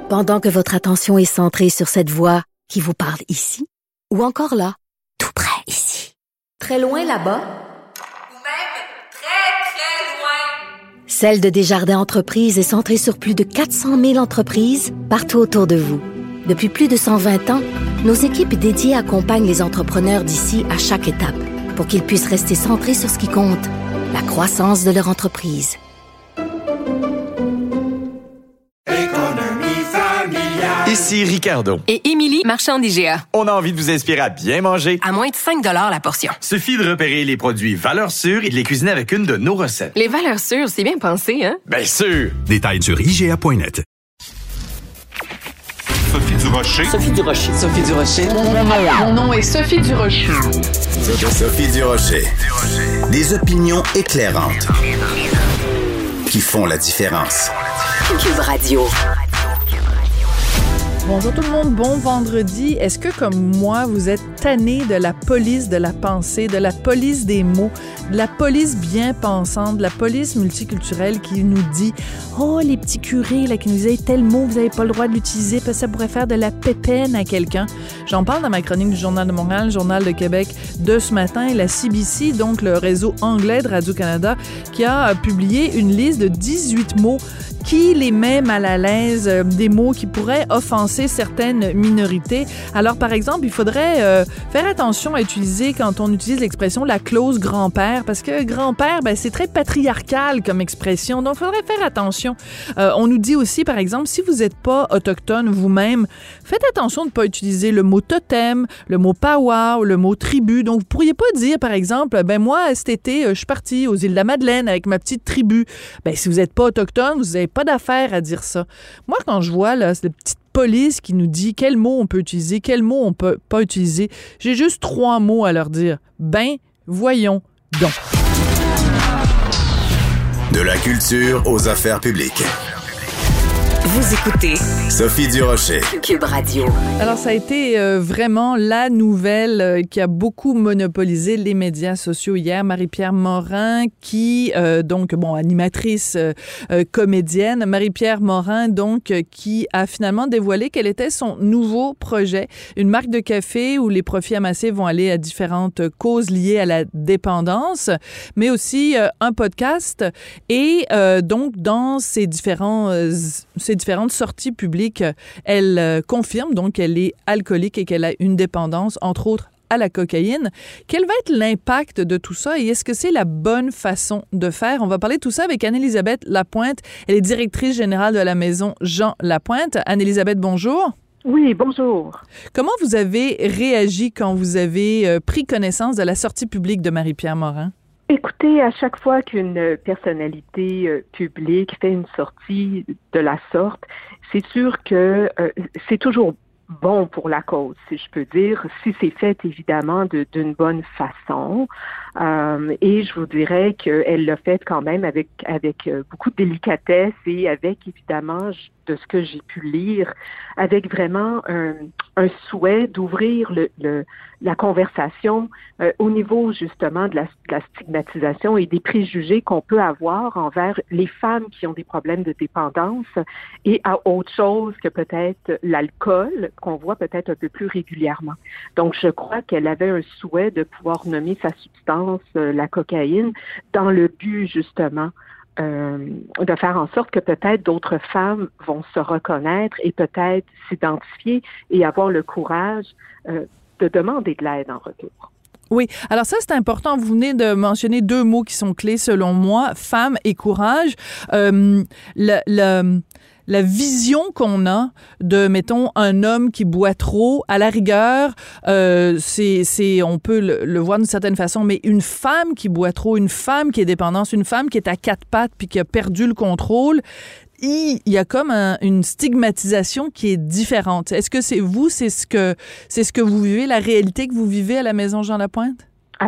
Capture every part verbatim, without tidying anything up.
Pendant que votre attention est centrée sur cette voix qui vous parle ici, ou encore là, tout près ici, très loin là-bas, ou même très, très loin. Celle de Desjardins Entreprises est centrée sur plus de quatre cent mille entreprises partout autour de vous. Depuis plus de cent vingt ans, nos équipes dédiées accompagnent les entrepreneurs d'ici à chaque étape pour qu'ils puissent rester centrés sur ce qui compte, la croissance de leur entreprise. Ici Ricardo. Et Émilie, marchand d'I G A. On a envie de vous inspirer à bien manger. À moins de cinq dollars la portion. Suffit de repérer les produits valeurs sûres et de les cuisiner avec une de nos recettes. Les valeurs sûres, c'est bien pensé, hein? Bien sûr! Détails sur I G A point net. Sophie Durocher. Sophie Durocher. Sophie Durocher. Mon nom est Sophie Durocher. Sophie Durocher. Des opinions éclairantes qui font la différence. Cube Radio. Bonjour tout le monde, bon vendredi. Est-ce que, comme moi, vous êtes tanné de la police de la pensée, de la police des mots, de la police bien pensante, de la police multiculturelle qui nous dit « Oh, les petits curés là, qui nous disent tel mot, vous n'avez pas le droit de l'utiliser parce que ça pourrait faire de la pépène à quelqu'un. » J'en parle dans ma chronique du Journal de Montréal, Journal de Québec de ce matin, et la C B C, donc le réseau anglais de Radio-Canada, qui a publié une liste de dix-huit mots qui les met mal à l'aise, euh, des mots qui pourraient offenser certaines minorités. Alors, par exemple, il faudrait euh, faire attention à utiliser, quand on utilise l'expression « la clause grand-père », parce que grand-père, ben, c'est très patriarcal comme expression, donc il faudrait faire attention. Euh, on nous dit aussi, par exemple, si vous n'êtes pas autochtone vous-même, faites attention de ne pas utiliser le mot totem, le mot powwow, le mot tribu. Donc, vous pourriez pas dire, par exemple, ben moi, cet été, je suis partie aux îles de la Madeleine avec ma petite tribu. Ben, si vous n'êtes pas autochtone, vous n'avez pas d'affaire à dire ça. Moi, quand je vois là, cette petite police qui nous dit quels mots on peut utiliser, quels mots on peut pas utiliser, j'ai juste trois mots à leur dire. Ben, voyons donc. De la culture aux affaires publiques. Vous écoutez Sophie Durocher. Cube Radio. Alors, ça a été euh, vraiment la nouvelle euh, qui a beaucoup monopolisé les médias sociaux hier. Marie-Pierre Morin, qui, euh, donc, bon, animatrice, euh, euh, comédienne. Marie-Pierre Morin, donc, euh, qui a finalement dévoilé quel était son nouveau projet. Une marque de café où les profits amassés vont aller à différentes causes liées à la dépendance, mais aussi euh, un podcast. Et euh, donc, dans ces différents... Euh, ces différentes sorties publiques, elle euh, confirme donc qu'elle est alcoolique et qu'elle a une dépendance, entre autres, à la cocaïne. Quel va être l'impact de tout ça et est-ce que c'est la bonne façon de faire? On va parler de tout ça avec Anne-Élisabeth Lapointe. Elle est directrice générale de la maison Jean Lapointe. Anne-Élisabeth, bonjour. Oui, bonjour. Comment vous avez réagi quand vous avez euh, pris connaissance de la sortie publique de Marie-Pierre Morin? Écoutez, à chaque fois qu'une personnalité euh, publique fait une sortie de la sorte, c'est sûr que euh, c'est toujours bon pour la cause, si je peux dire, si c'est fait évidemment de, d'une bonne façon. Euh, et je vous dirais qu'elle l'a fait quand même avec avec euh, beaucoup de délicatesse et avec évidemment, de ce que j'ai pu lire, avec vraiment un, un souhait d'ouvrir le, le la conversation euh, au niveau justement de la, de la stigmatisation et des préjugés qu'on peut avoir envers les femmes qui ont des problèmes de dépendance et à autre chose que peut-être l'alcool qu'on voit peut-être un peu plus régulièrement. Donc je crois qu'elle avait un souhait de pouvoir nommer sa substance, euh, la cocaïne, dans le but justement Euh, de faire en sorte que peut-être d'autres femmes vont se reconnaître et peut-être s'identifier et avoir le courage euh, de demander de l'aide en retour. Oui, alors ça, c'est important. Vous venez de mentionner deux mots qui sont clés, selon moi, femme et courage. Euh, le... le La vision qu'on a de, mettons, un homme qui boit trop, à la rigueur, euh, c'est, c'est, on peut le, le voir d'une certaine façon, mais une femme qui boit trop, une femme qui est dépendante, une femme qui est à quatre pattes puis qui a perdu le contrôle, il y a comme un, une stigmatisation qui est différente. Est-ce que c'est vous, c'est ce que, c'est ce que vous vivez, la réalité que vous vivez à la Maison Jean Lapointe?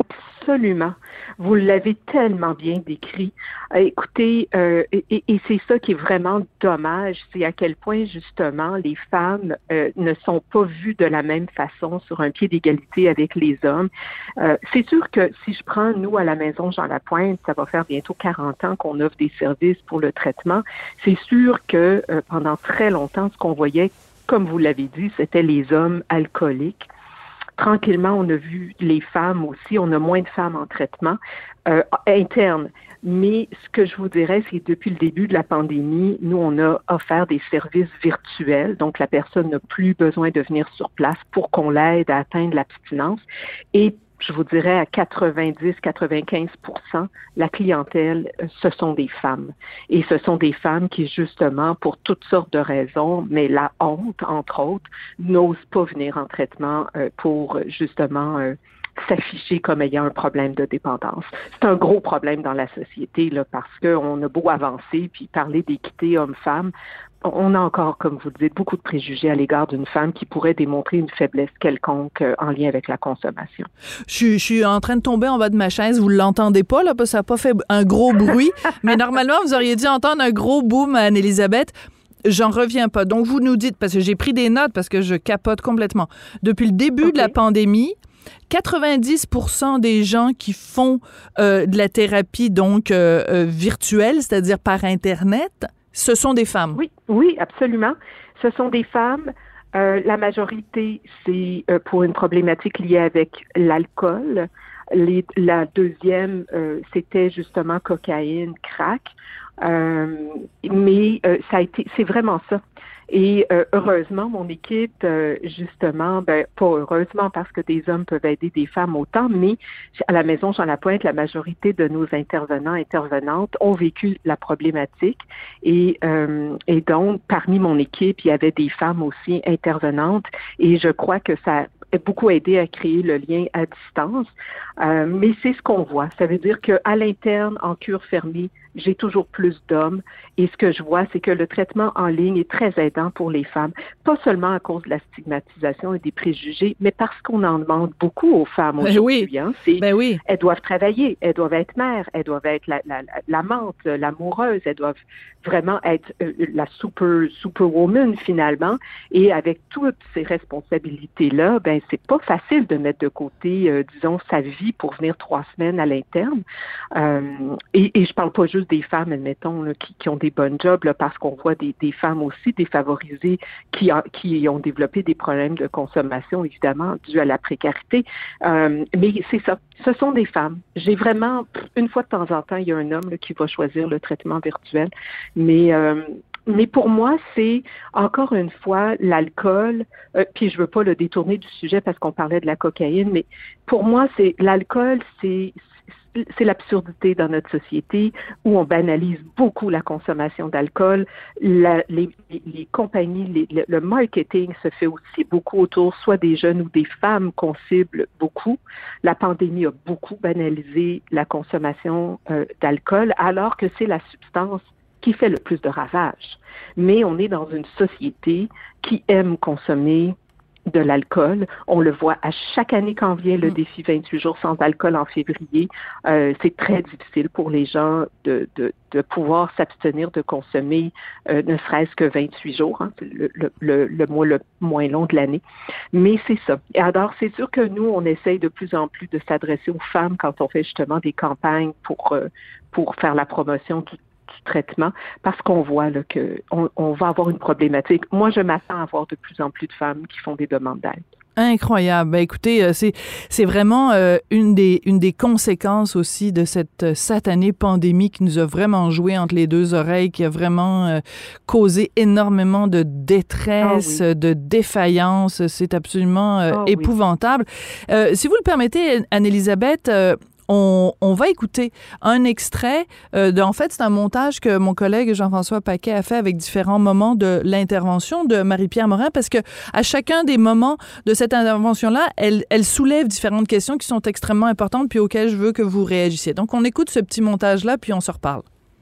Absolument. Vous l'avez tellement bien décrit. Euh, écoutez, euh, et, et c'est ça qui est vraiment dommage, c'est à quel point, justement, les femmes euh, ne sont pas vues de la même façon sur un pied d'égalité avec les hommes. Euh, c'est sûr que si je prends, nous, à la Maison Jean Lapointe, ça va faire bientôt quarante ans qu'on offre des services pour le traitement. C'est sûr que euh, pendant très longtemps, ce qu'on voyait, comme vous l'avez dit, c'était les hommes alcooliques. Tranquillement, on a vu les femmes aussi, on a moins de femmes en traitement euh, interne. Mais ce que je vous dirais, c'est que depuis le début de la pandémie, nous, on a offert des services virtuels. Donc, la personne n'a plus besoin de venir sur place pour qu'on l'aide à atteindre l'abstinence. Et je vous dirais à quatre-vingt-dix à quatre-vingt-quinze pour cent, la clientèle, ce sont des femmes. Et ce sont des femmes qui, justement, pour toutes sortes de raisons, mais la honte, entre autres, n'osent pas venir en traitement euh, pour, justement, euh, s'afficher comme ayant un problème de dépendance. C'est un gros problème dans la société, là, parce qu'on a beau avancer puis parler d'équité homme-femme, on a encore, comme vous le dites, beaucoup de préjugés à l'égard d'une femme qui pourrait démontrer une faiblesse quelconque euh, en lien avec la consommation. Je, je suis en train de tomber en bas de ma chaise. Vous l'entendez pas, là, parce que ça n'a pas fait un gros bruit. Mais normalement, vous auriez dû entendre un gros boom à Anne-Élisabeth. J'en reviens pas. Donc, vous nous dites, parce que j'ai pris des notes, parce que je capote complètement. Depuis le début okay. de la pandémie, quatre-vingt-dix pour cent des gens qui font euh, de la thérapie donc euh, euh, virtuelle, c'est-à-dire par Internet, ce sont des femmes. Oui, oui, absolument. Ce sont des femmes. Euh, la majorité, c'est euh, pour une problématique liée avec l'alcool. Les, la deuxième, euh, c'était justement cocaïne, crack. Euh, mais euh, ça a été, c'est vraiment ça. Et euh, heureusement, mon équipe, euh, justement, ben pas heureusement parce que des hommes peuvent aider des femmes autant, mais à la Maison Jean Lapointe, la majorité de nos intervenants, intervenantes ont vécu la problématique. Et, euh, et donc, parmi mon équipe, il y avait des femmes aussi intervenantes. Et je crois que ça a beaucoup aidé à créer le lien à distance. Euh, mais c'est ce qu'on voit. Ça veut dire qu'à l'interne, en cure fermée, j'ai toujours plus d'hommes. Et ce que je vois, c'est que le traitement en ligne est très aidant pour les femmes, pas seulement à cause de la stigmatisation et des préjugés, mais parce qu'on en demande beaucoup aux femmes aujourd'hui. Ben oui. Hein. C'est, ben oui. Elles doivent travailler, elles doivent être mères, elles doivent être la, la, la, l'amante, l'amoureuse, elles doivent vraiment être euh, la super, superwoman finalement. Et avec toutes ces responsabilités-là, ben c'est pas facile de mettre de côté, euh, disons, sa vie pour venir trois semaines à l'interne. Euh, et, et je parle pas juste des femmes, admettons, là, qui, qui ont des bonnes jobs, là, parce qu'on voit des, des femmes aussi défavorisées qui, a, qui ont développé des problèmes de consommation, évidemment, dus à la précarité. Euh, mais c'est ça, ce sont des femmes. J'ai vraiment, une fois de temps en temps, il y a un homme là, qui va choisir le traitement virtuel, mais... Euh, Mais pour moi, c'est encore une fois l'alcool, euh, puis je veux pas le détourner du sujet parce qu'on parlait de la cocaïne, mais pour moi, c'est l'alcool, c'est c'est l'absurdité dans notre société où on banalise beaucoup la consommation d'alcool. La, les, les compagnies, les, le, le marketing se fait aussi beaucoup autour soit des jeunes ou des femmes qu'on cible beaucoup. La pandémie a beaucoup banalisé la consommation euh, d'alcool alors que c'est la substance qui fait le plus de ravages. Mais on est dans une société qui aime consommer de l'alcool. On le voit à chaque année quand vient le défi vingt-huit jours sans alcool en février. Euh, c'est très difficile pour les gens de, de, de pouvoir s'abstenir de consommer euh, ne serait-ce que vingt-huit jours, hein, le, le, le, le mois le moins long de l'année. Mais c'est ça. Et alors, c'est sûr que nous, on essaye de plus en plus de s'adresser aux femmes quand on fait justement des campagnes pour, euh, pour faire la promotion du traitement, parce qu'on voit là, que on, on va avoir une problématique. Moi, je m'attends à avoir de plus en plus de femmes qui font des demandes d'aide. Incroyable. Ben, écoutez, c'est c'est vraiment euh, une des une des conséquences aussi de cette satanée pandémie qui nous a vraiment joué entre les deux oreilles, qui a vraiment euh, causé énormément de détresse, oh oui. de défaillance. C'est absolument euh, oh épouvantable. Oui. Euh, si vous le permettez, Anne-Élisabeth, euh, On, on va écouter un extrait. Euh, de, en fait, c'est un montage que mon collègue Jean-François Paquet a fait avec différents moments de l'intervention de Marie-Pierre Morin, parce que à chacun des moments de cette intervention-là, elle, elle soulève différentes questions qui sont extrêmement importantes puis auxquelles je veux que vous réagissiez. Donc, on écoute ce petit montage-là, puis on se reparle.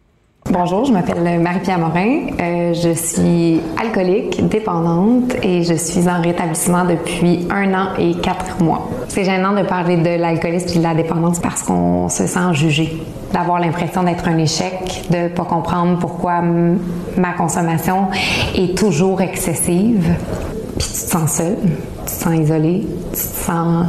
Bonjour, je m'appelle Marie-Pierre Morin. Euh, je suis alcoolique, dépendante et je suis en rétablissement depuis un an et quatre mois. C'est gênant de parler de l'alcoolisme et de la dépendance parce qu'on se sent jugé, d'avoir l'impression d'être un échec, de pas comprendre pourquoi m- ma consommation est toujours excessive. Puis tu te sens seul, tu te sens isolé, tu te sens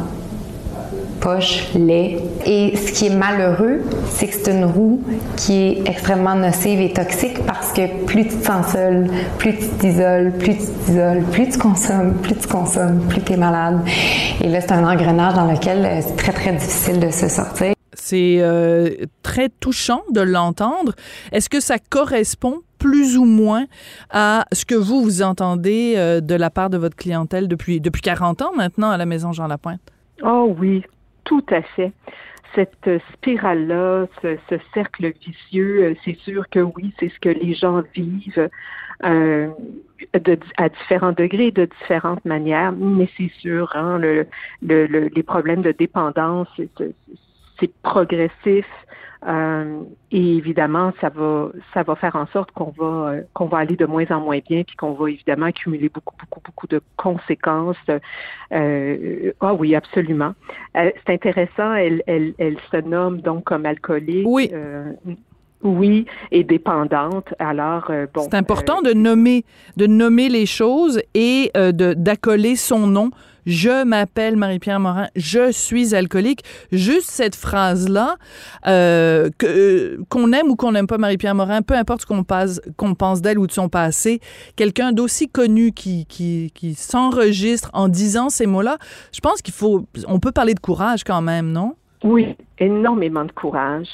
poche, laid. Et ce qui est malheureux, c'est que c'est une roue qui est extrêmement nocive et toxique parce que plus tu te sens seul, plus tu t'isoles, plus tu t'isoles, plus tu consommes, plus tu consommes, plus tu es malade. Et là, c'est un engrenage dans lequel c'est très, très difficile de se sortir. C'est euh, très touchant de l'entendre. Est-ce que ça correspond plus ou moins à ce que vous, vous entendez euh, de la part de votre clientèle depuis, depuis quarante ans maintenant à la Maison Jean Lapointe? Oh oui, tout à fait. Cette spirale-là, ce, ce cercle vicieux, c'est sûr que oui, c'est ce que les gens vivent euh, de, à différents degrés, de différentes manières, mais c'est sûr, hein, le, le, le, les problèmes de dépendance, c'est, c'est progressif. Euh, et évidemment, ça va, ça va faire en sorte qu'on va, euh, qu'on va aller de moins en moins bien, puis qu'on va évidemment accumuler beaucoup, beaucoup, beaucoup de conséquences. Euh, ah oui, absolument. Euh, c'est intéressant. Elle, elle, elle se nomme donc comme alcoolique. Oui. Euh, Oui, et dépendante. Alors, euh, bon. C'est important euh, de nommer, de nommer les choses et euh, de d'accoler son nom. Je m'appelle Marie-Pierre Morin, je suis alcoolique. Juste cette phrase-là, euh, que, euh, qu'on aime ou qu'on n'aime pas Marie-Pierre Morin, peu importe ce qu'on, passe, qu'on pense d'elle ou de son passé, quelqu'un d'aussi connu qui, qui, qui s'enregistre en disant ces mots-là, je pense qu'il faut, on peut parler de courage quand même, non? Oui, énormément de courage.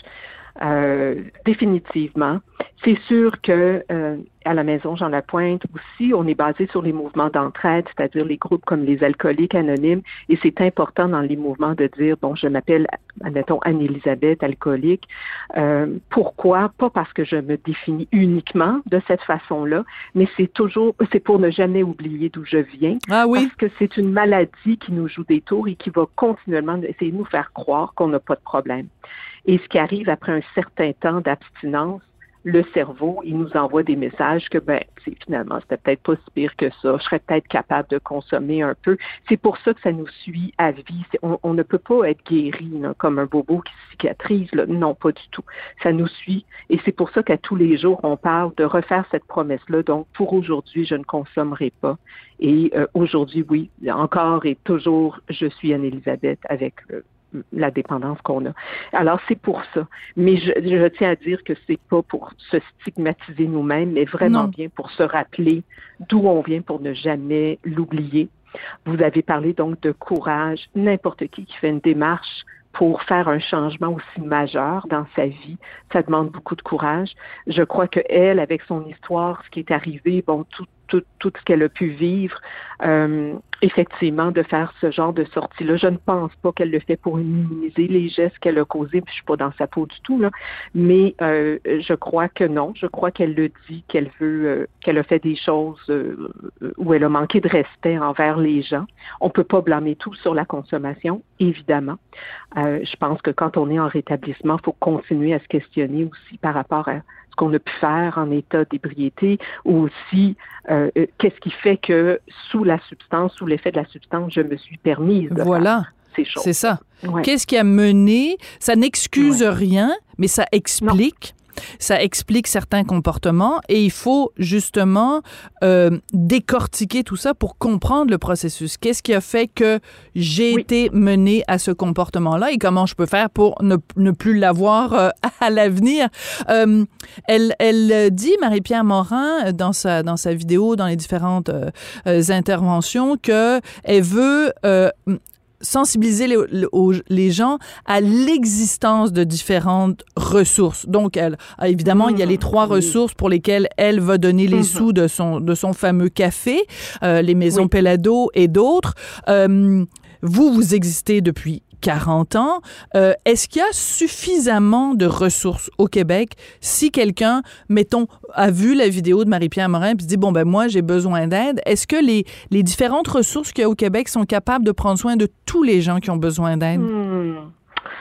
Euh, définitivement. C'est sûr que euh, à la Maison Jean Lapointe aussi, on est basé sur les mouvements d'entraide, c'est-à-dire les groupes comme les alcooliques anonymes, et c'est important dans les mouvements de dire, bon, je m'appelle, admettons, Anne-Élisabeth, alcoolique. Euh, pourquoi? Pas parce que je me définis uniquement de cette façon-là, mais c'est toujours, c'est pour ne jamais oublier d'où je viens. Ah oui? Parce que c'est une maladie qui nous joue des tours et qui va continuellement essayer de nous faire croire qu'on n'a pas de problème. Et ce qui arrive après un certain temps d'abstinence, le cerveau, il nous envoie des messages que, ben, c'est, finalement, c'était peut-être pas si pire que ça. Je serais peut-être capable de consommer un peu. C'est pour ça que ça nous suit à vie. C'est, on, on ne peut pas être guéri, là, comme un bobo qui cicatrise, là. Non, pas du tout. Ça nous suit. Et c'est pour ça qu'à tous les jours, on parle de refaire cette promesse-là. Donc, pour aujourd'hui, je ne consommerai pas. Et euh, aujourd'hui, oui, encore et toujours, je suis Anne-Élisabeth avec le la dépendance qu'on a. Alors, c'est pour ça. Mais je, je tiens à dire que c'est pas pour se stigmatiser nous-mêmes, mais vraiment non. bien pour se rappeler d'où on vient pour ne jamais l'oublier. Vous avez parlé donc de courage. N'importe qui qui fait une démarche pour faire un changement aussi majeur dans sa vie, ça demande beaucoup de courage. Je crois que elle, avec son histoire, ce qui est arrivé, bon, tout Tout, tout ce qu'elle a pu vivre, euh, effectivement, de faire ce genre de sortie-là. Je ne pense pas qu'elle le fait pour minimiser les gestes qu'elle a causés, puis je suis pas dans sa peau du tout, là, mais euh, je crois que non. Je crois qu'elle le dit, qu'elle veut, euh, qu'elle a fait des choses euh, où elle a manqué de respect envers les gens. On peut pas blâmer tout sur la consommation, évidemment. Euh, je pense que quand on est en rétablissement, il faut continuer à se questionner aussi par rapport à ce qu'on a pu faire en état d'ébriété, ou aussi euh, qu'est-ce qui fait que sous la substance, sous l'effet de la substance, je me suis permise de voilà. faire ces choses. C'est ça. Ouais. Qu'est-ce qui a mené? Ça n'excuse ouais. rien, mais ça explique. Non. Ça explique certains comportements et il faut justement euh, décortiquer tout ça pour comprendre le processus. Qu'est-ce qui a fait que j'ai oui. été menée à ce comportement-là et comment je peux faire pour ne, ne plus l'avoir euh, à l'avenir? Euh, elle, elle dit, Marie-Pierre Morin, dans sa, dans sa vidéo, dans les différentes euh, euh, interventions, qu'elle veut... Euh, sensibiliser les, les gens à l'existence de différentes ressources. Donc, elle, évidemment, mmh, il y a les trois oui. ressources pour lesquelles elle va donner les mmh. sous de son, de son fameux café, euh, les maisons oui. Pelado et d'autres. Euh, vous, vous existez depuis quarante ans. Euh, est-ce qu'il y a suffisamment de ressources au Québec si quelqu'un, mettons, a vu la vidéo de Marie-Pierre Morin et dit, bon, ben moi, j'ai besoin d'aide. Est-ce que les, les différentes ressources qu'il y a au Québec sont capables de prendre soin de tous les gens qui ont besoin d'aide? Mmh.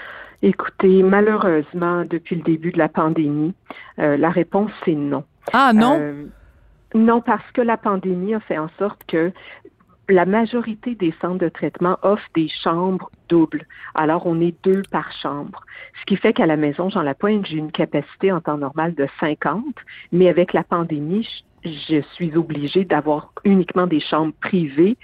Écoutez, malheureusement, depuis le début de la pandémie, euh, la réponse, c'est non. Ah non? Euh, non, parce que la pandémie a fait en sorte que la majorité des centres de traitement offrent des chambres doubles. Alors, on est deux par chambre. Ce qui fait qu'à la maison Jean-Lapointe, j'ai une capacité en temps normal de cinquante, mais avec la pandémie, je, je suis obligée d'avoir uniquement des chambres privées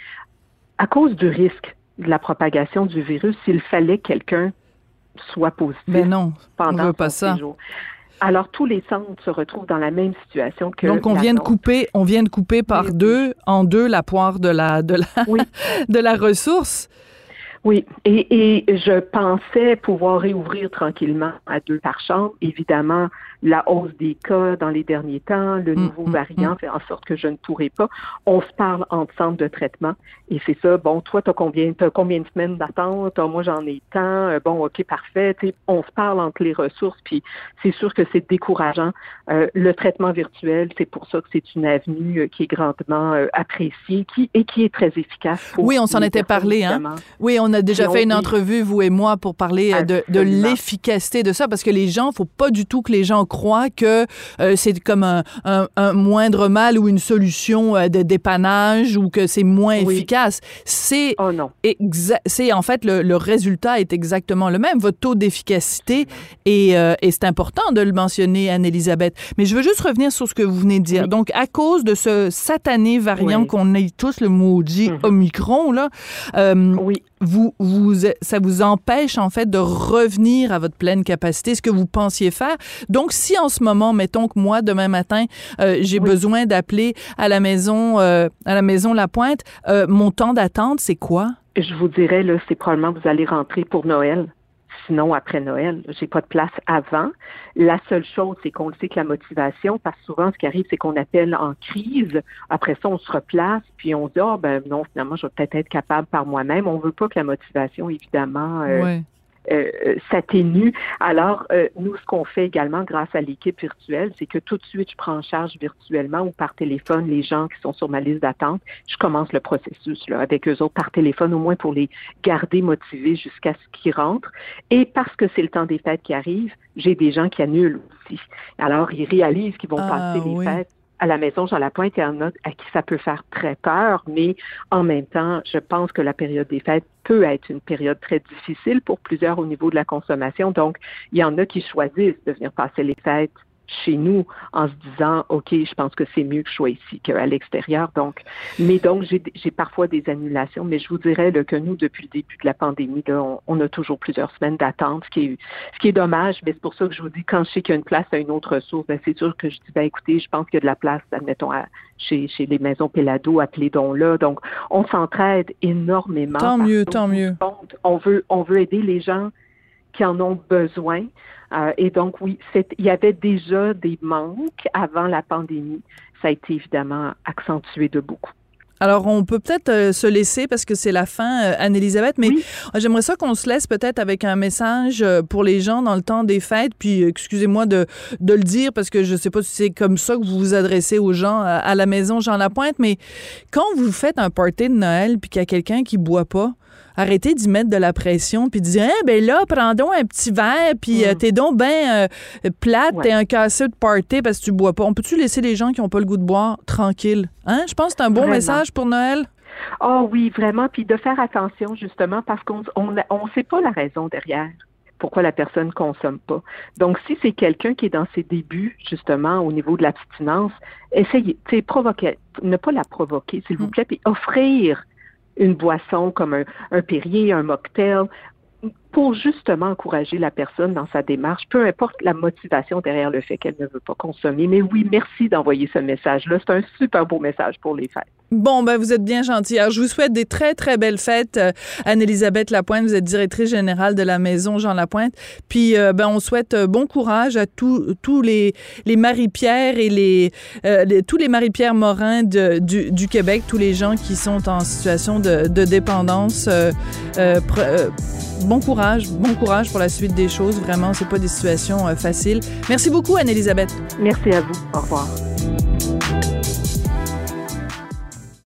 à cause du risque de la propagation du virus s'il fallait que quelqu'un soit positif. Mais non, pendant on veut pas son ça. séjour. Alors, tous les centres se retrouvent dans la même situation que Donc, on la vient de nôtre. couper, on vient de couper par Oui. deux, en deux, la poire de la, de la, Oui. de la ressource. Oui, et, et je pensais pouvoir réouvrir tranquillement à deux par chambre. Évidemment, la hausse des cas dans les derniers temps, le Mm, nouveau mm, variant mm. fait en sorte que je ne pourrai pas. On se parle entre centres de traitement et c'est ça. Bon, toi, t'as combien, t'as combien de semaines d'attente? Moi, j'en ai tant. Euh, Bon, OK, parfait. T'sais, on se parle entre les ressources, puis c'est sûr que c'est décourageant. Euh, le traitement virtuel, c'est pour ça que c'est une avenue euh, qui est grandement euh, appréciée qui, et qui est très efficace. Pour Oui, on s'en les était personnes, parlé, hein? évidemment. Oui, on a déjà Puis fait on- une oui. entrevue, vous et moi, pour parler euh, de, de Absolument. l'efficacité de ça, parce que les gens, faut pas du tout que les gens croient que euh, c'est comme un, un, un moindre mal ou une solution euh, de dépannage ou que c'est moins Oui. efficace. C'est Oh non. exa- c'est en fait le, le résultat est exactement le même. Votre taux d'efficacité et, euh, et c'est important de le mentionner, Anne-Élisabeth. Mais je veux juste revenir sur ce que vous venez de dire. Oui. Donc, à cause de ce satané variant Oui. qu'on a tous le maudit Mhm. Omicron là. euh, Oui. vous, vous, ça vous empêche, en fait, de revenir à votre pleine capacité, ce que vous pensiez faire. Donc, si en ce moment, mettons que moi, demain matin, euh, j'ai Oui. besoin d'appeler à la maison, euh, à la maison La Pointe, euh, mon temps d'attente, c'est quoi? Je vous dirais, là, c'est probablement vous allez rentrer pour Noël. Sinon, après Noël, j'ai pas de place avant. La seule chose, c'est qu'on le sait que la motivation, parce que souvent, ce qui arrive, c'est qu'on appelle en crise. Après ça, on se replace, puis on se dit, ah, oh, ben non, finalement, je vais peut-être être capable par moi-même. On veut pas que la motivation, évidemment, euh, Ouais. euh, s'atténue. Alors, euh, nous, ce qu'on fait également grâce à l'équipe virtuelle, c'est que tout de suite, je prends en charge virtuellement ou par téléphone les gens qui sont sur ma liste d'attente. Je commence le processus là, avec eux autres par téléphone, au moins pour les garder motivés jusqu'à ce qu'ils rentrent. Et parce que c'est le temps des fêtes qui arrive, j'ai des gens qui annulent aussi. Alors, ils réalisent qu'ils vont Ah, passer les oui. fêtes à la maison Jean-Lapointe. Il y en a à qui ça peut faire très peur, mais en même temps, je pense que la période des fêtes peut être une période très difficile pour plusieurs au niveau de la consommation. Donc, il y en a qui choisissent de venir passer les fêtes chez nous en se disant, OK, je pense que c'est mieux que je sois ici qu'à l'extérieur. Donc, mais donc, j'ai, j'ai parfois des annulations, mais je vous dirais là, que nous, depuis le début de la pandémie, là, on, on a toujours plusieurs semaines d'attente, ce qui est, ce qui est dommage, mais c'est pour ça que je vous dis, quand je sais qu'il y a une place à une autre ressource, ben, c'est sûr que je dis, ben, écoutez, je pense qu'il y a de la place, admettons, à, chez, chez les maisons Pélado, appelez donc là. Donc, on s'entraide énormément. Tant mieux, tant mieux. On veut, on veut aider les gens qui en ont besoin. Euh, et donc, oui, c'est, il y avait déjà des manques avant la pandémie. Ça a été évidemment accentué de beaucoup. Alors, on peut peut-être euh, se laisser parce que c'est la fin, euh, Anne-Élisabeth, mais Oui. j'aimerais ça qu'on se laisse peut-être avec un message euh, pour les gens dans le temps des fêtes, puis euh, excusez-moi de, de le dire parce que je sais pas si c'est comme ça que vous vous adressez aux gens à, à la maison Jean-Lapointe, mais quand vous faites un party de Noël puis qu'il y a quelqu'un qui boit pas, arrêtez d'y mettre de la pression puis de dire eh ben là prends donc un petit verre puis euh, t'es donc ben euh, plate, Ouais. t'es un casseux de party parce que tu bois pas. On peut-tu laisser les gens qui ont pas le goût de boire tranquilles? Hein? Je pense que c'est un bon Vraiment. message pour Noël. Oh oui, vraiment. Puis de faire attention, justement, parce qu'on on, on sait pas la raison derrière pourquoi la personne consomme pas. Donc, si c'est quelqu'un qui est dans ses débuts, justement, au niveau de l'abstinence, essayez, tu sais, provoquer, ne pas la provoquer, s'il vous plaît, puis offrir une boisson comme un, un Perrier, un mocktail, pour justement encourager la personne dans sa démarche, peu importe la motivation derrière le fait qu'elle ne veut pas consommer. Mais oui, merci d'envoyer ce message-là. C'est un super beau message pour les fêtes. Bon, ben vous êtes bien gentille. Alors, je vous souhaite des très, très belles fêtes. Euh, Anne-Élisabeth Lapointe, vous êtes directrice générale de la Maison Jean Lapointe. Puis, euh, ben on souhaite euh, bon courage à tous tous les, les Marie-Pierre et les, euh, les tous les Marie-Pierre Morin de, du, du Québec, tous les gens qui sont en situation de, de dépendance. Euh, euh, pr- euh, bon courage, bon courage pour la suite des choses. Vraiment, c'est pas des situations euh, faciles. Merci beaucoup, Anne-Élisabeth. Merci à vous. Au revoir.